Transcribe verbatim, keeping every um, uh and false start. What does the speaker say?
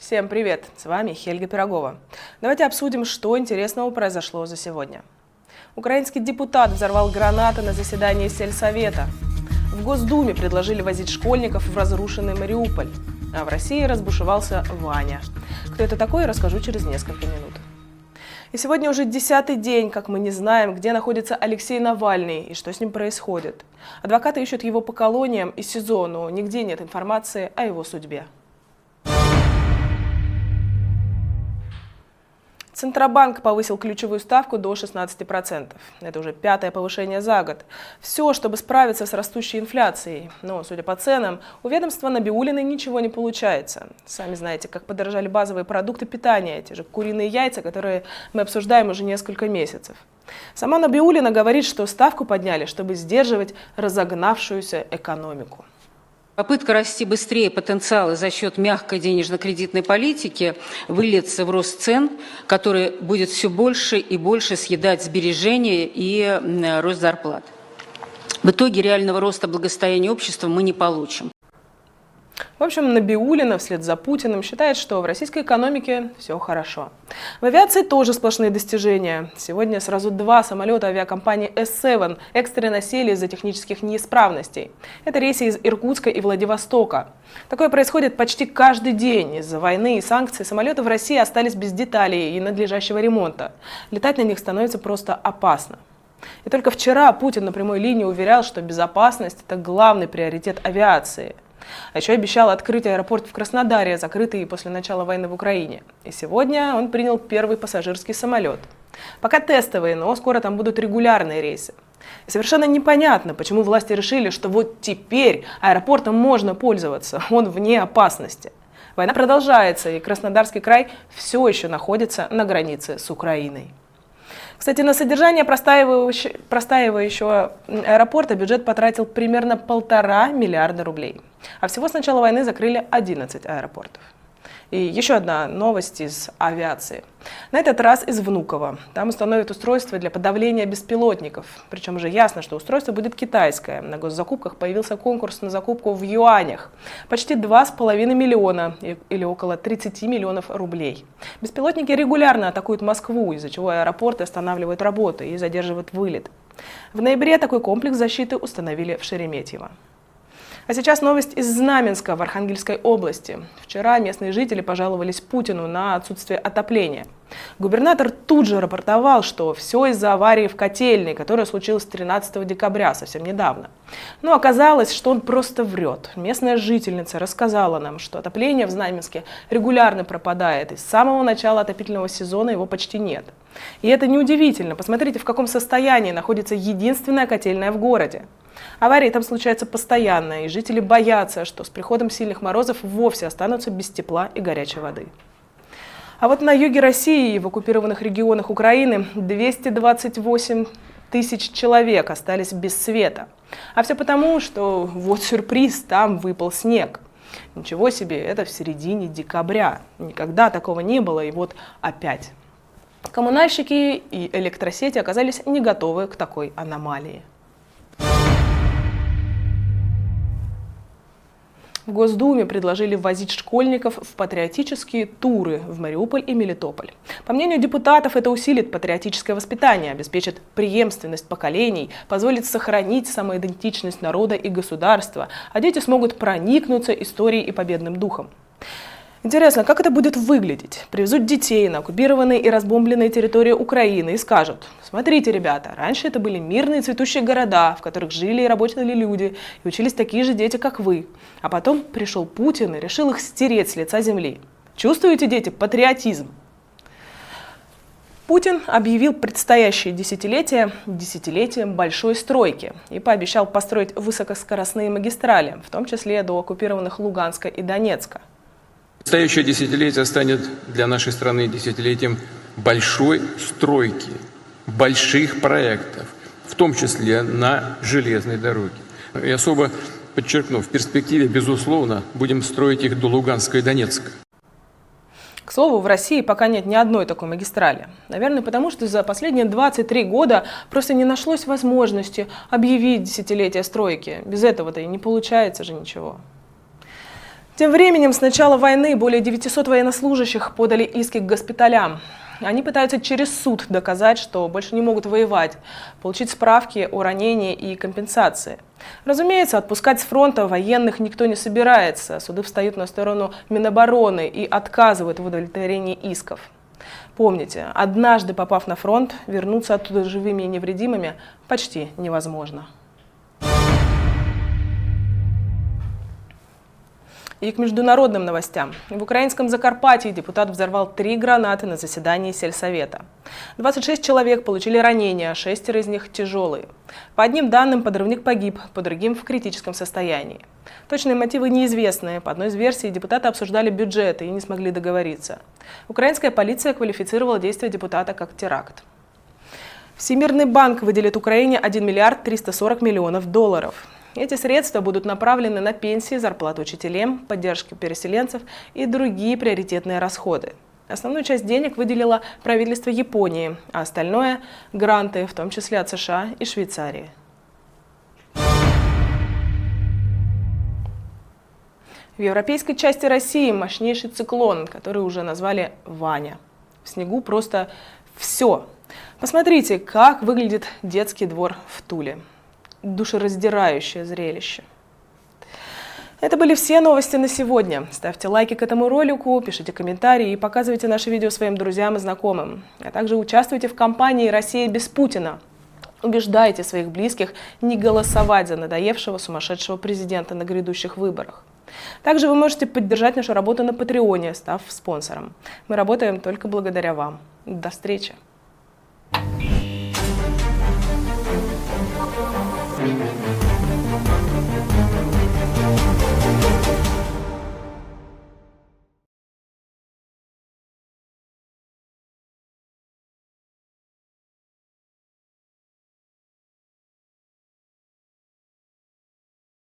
Всем привет! С вами Хельга Пирогова. Давайте обсудим, что интересного произошло за сегодня. Украинский депутат взорвал гранаты на заседании сельсовета. В Госдуме предложили возить школьников в разрушенный Мариуполь. А в России разбушевался Ваня. Кто это такой, расскажу через несколько минут. И сегодня уже десятый день, как мы не знаем, где находится Алексей Навальный и что с ним происходит. Адвокаты ищут его по колониям и СИЗО, но нигде нет информации о его судьбе. Центробанк повысил ключевую ставку до шестнадцати процентов. Это уже пятое повышение за год. Все, чтобы справиться с растущей инфляцией. Но, судя по ценам, у ведомства Набиуллиной ничего не получается. Сами знаете, как подорожали базовые продукты питания, те же куриные яйца, которые мы обсуждаем уже несколько месяцев. Сама Набиуллина говорит, что ставку подняли, чтобы сдерживать разогнавшуюся экономику. Попытка расти быстрее потенциала за счет мягкой денежно-кредитной политики выльется в рост цен, который будет все больше и больше съедать сбережения и рост зарплат. В итоге реального роста благосостояния общества мы не получим. В общем, Набиуллина вслед за Путиным считает, что в российской экономике все хорошо. В авиации тоже сплошные достижения. Сегодня сразу два самолета авиакомпании эс семь экстренно сели из-за технических неисправностей. Это рейсы из Иркутска и Владивостока. Такое происходит почти каждый день. Из-за войны и санкций самолеты в России остались без деталей и надлежащего ремонта. Летать на них становится просто опасно. И только вчера Путин на прямой линии уверял, что безопасность – это главный приоритет авиации. А еще обещал открыть аэропорт в Краснодаре, закрытый после начала войны в Украине. И сегодня он принял первый пассажирский самолет. Пока тестовые, но скоро там будут регулярные рейсы. И совершенно непонятно, почему власти решили, что вот теперь аэропортом можно пользоваться, он вне опасности. Война продолжается, и Краснодарский край все еще находится на границе с Украиной. Кстати, на содержание простаивающего, простаивающего аэропорта бюджет потратил примерно полтора миллиарда рублей. А всего с начала войны закрыли одиннадцать аэропортов. И еще одна новость из авиации. На этот раз из Внуково. Там установят устройство для подавления беспилотников. Причем уже ясно, что устройство будет китайское. На госзакупках появился конкурс на закупку в юанях. Почти два с половиной миллиона или около тридцати миллионов рублей. Беспилотники регулярно атакуют Москву, из-за чего аэропорты останавливают работу и задерживают вылет. В ноябре такой комплекс защиты установили в Шереметьево. А сейчас новость из Знаменска в Архангельской области. Вчера местные жители пожаловались Путину на отсутствие отопления. Губернатор тут же рапортовал, что все из-за аварии в котельной, которая случилась тринадцатого декабря, совсем недавно. Но оказалось, что он просто врет. Местная жительница рассказала нам, что отопление в Знаменске регулярно пропадает, и с самого начала отопительного сезона его почти нет. И это неудивительно. Посмотрите, в каком состоянии находится единственная котельная в городе. Аварии там случаются постоянно, и жители боятся, что с приходом сильных морозов вовсе останутся без тепла и горячей воды. А вот на юге России и в оккупированных регионах Украины двести двадцать восемь тысяч человек остались без света. А все потому, что вот сюрприз, там выпал снег. Ничего себе, это в середине декабря. Никогда такого не было, и вот опять. Коммунальщики и электросети оказались не готовы к такой аномалии. В Госдуме предложили ввозить школьников в патриотические туры в Мариуполь и Мелитополь. По мнению депутатов, это усилит патриотическое воспитание, обеспечит преемственность поколений, позволит сохранить самоидентичность народа и государства, а дети смогут проникнуться историей и победным духом. Интересно, как это будет выглядеть? Привезут детей на оккупированные и разбомбленные территории Украины и скажут: смотрите, ребята, раньше это были мирные цветущие города, в которых жили и работали люди, и учились такие же дети, как вы. А потом пришел Путин и решил их стереть с лица земли. Чувствуете, дети, патриотизм? Путин объявил предстоящее десятилетие десятилетием большой стройки и пообещал построить высокоскоростные магистрали, в том числе до оккупированных Луганска и Донецка. Предстоящее десятилетие станет для нашей страны десятилетием большой стройки, больших проектов, в том числе на железной дороге. И особо подчеркну, в перспективе, безусловно, будем строить их до Луганска и Донецка. К слову, в России пока нет ни одной такой магистрали. Наверное, потому что за последние двадцать три года просто не нашлось возможности объявить десятилетие стройки. Без этого-то и не получается же ничего. Тем временем, с начала войны более девятисот военнослужащих подали иски к госпиталям. Они пытаются через суд доказать, что больше не могут воевать, получить справки о ранении и компенсации. Разумеется, отпускать с фронта военных никто не собирается. Суды встают на сторону Минобороны и отказывают в удовлетворении исков. Помните, однажды попав на фронт, вернуться оттуда живыми и невредимыми почти невозможно. И к международным новостям. В украинском Закарпатье депутат взорвал три гранаты на заседании сельсовета. двадцать шесть человек получили ранения, шестеро из них тяжелые. По одним данным, подрывник погиб, по другим в критическом состоянии. Точные мотивы неизвестны. По одной из версий, депутаты обсуждали бюджеты и не смогли договориться. Украинская полиция квалифицировала действия депутата как теракт. Всемирный банк выделит Украине один миллиард триста сорок миллионов долларов. Эти средства будут направлены на пенсии, зарплату учителям, поддержку переселенцев и другие приоритетные расходы. Основную часть денег выделило правительство Японии, а остальное – гранты, в том числе от США и Швейцарии. В европейской части России мощнейший циклон, который уже назвали Ваня. В снегу просто все. Посмотрите, как выглядит детский двор в Туле. Душераздирающее зрелище. Это были все новости на сегодня. Ставьте лайки к этому ролику, пишите комментарии и показывайте наши видео своим друзьям и знакомым. А также участвуйте в кампании «Россия без Путина». Убеждайте своих близких не голосовать за надоевшего сумасшедшего президента на грядущих выборах. Также вы можете поддержать нашу работу на Патреоне, став спонсором. Мы работаем только благодаря вам. До встречи!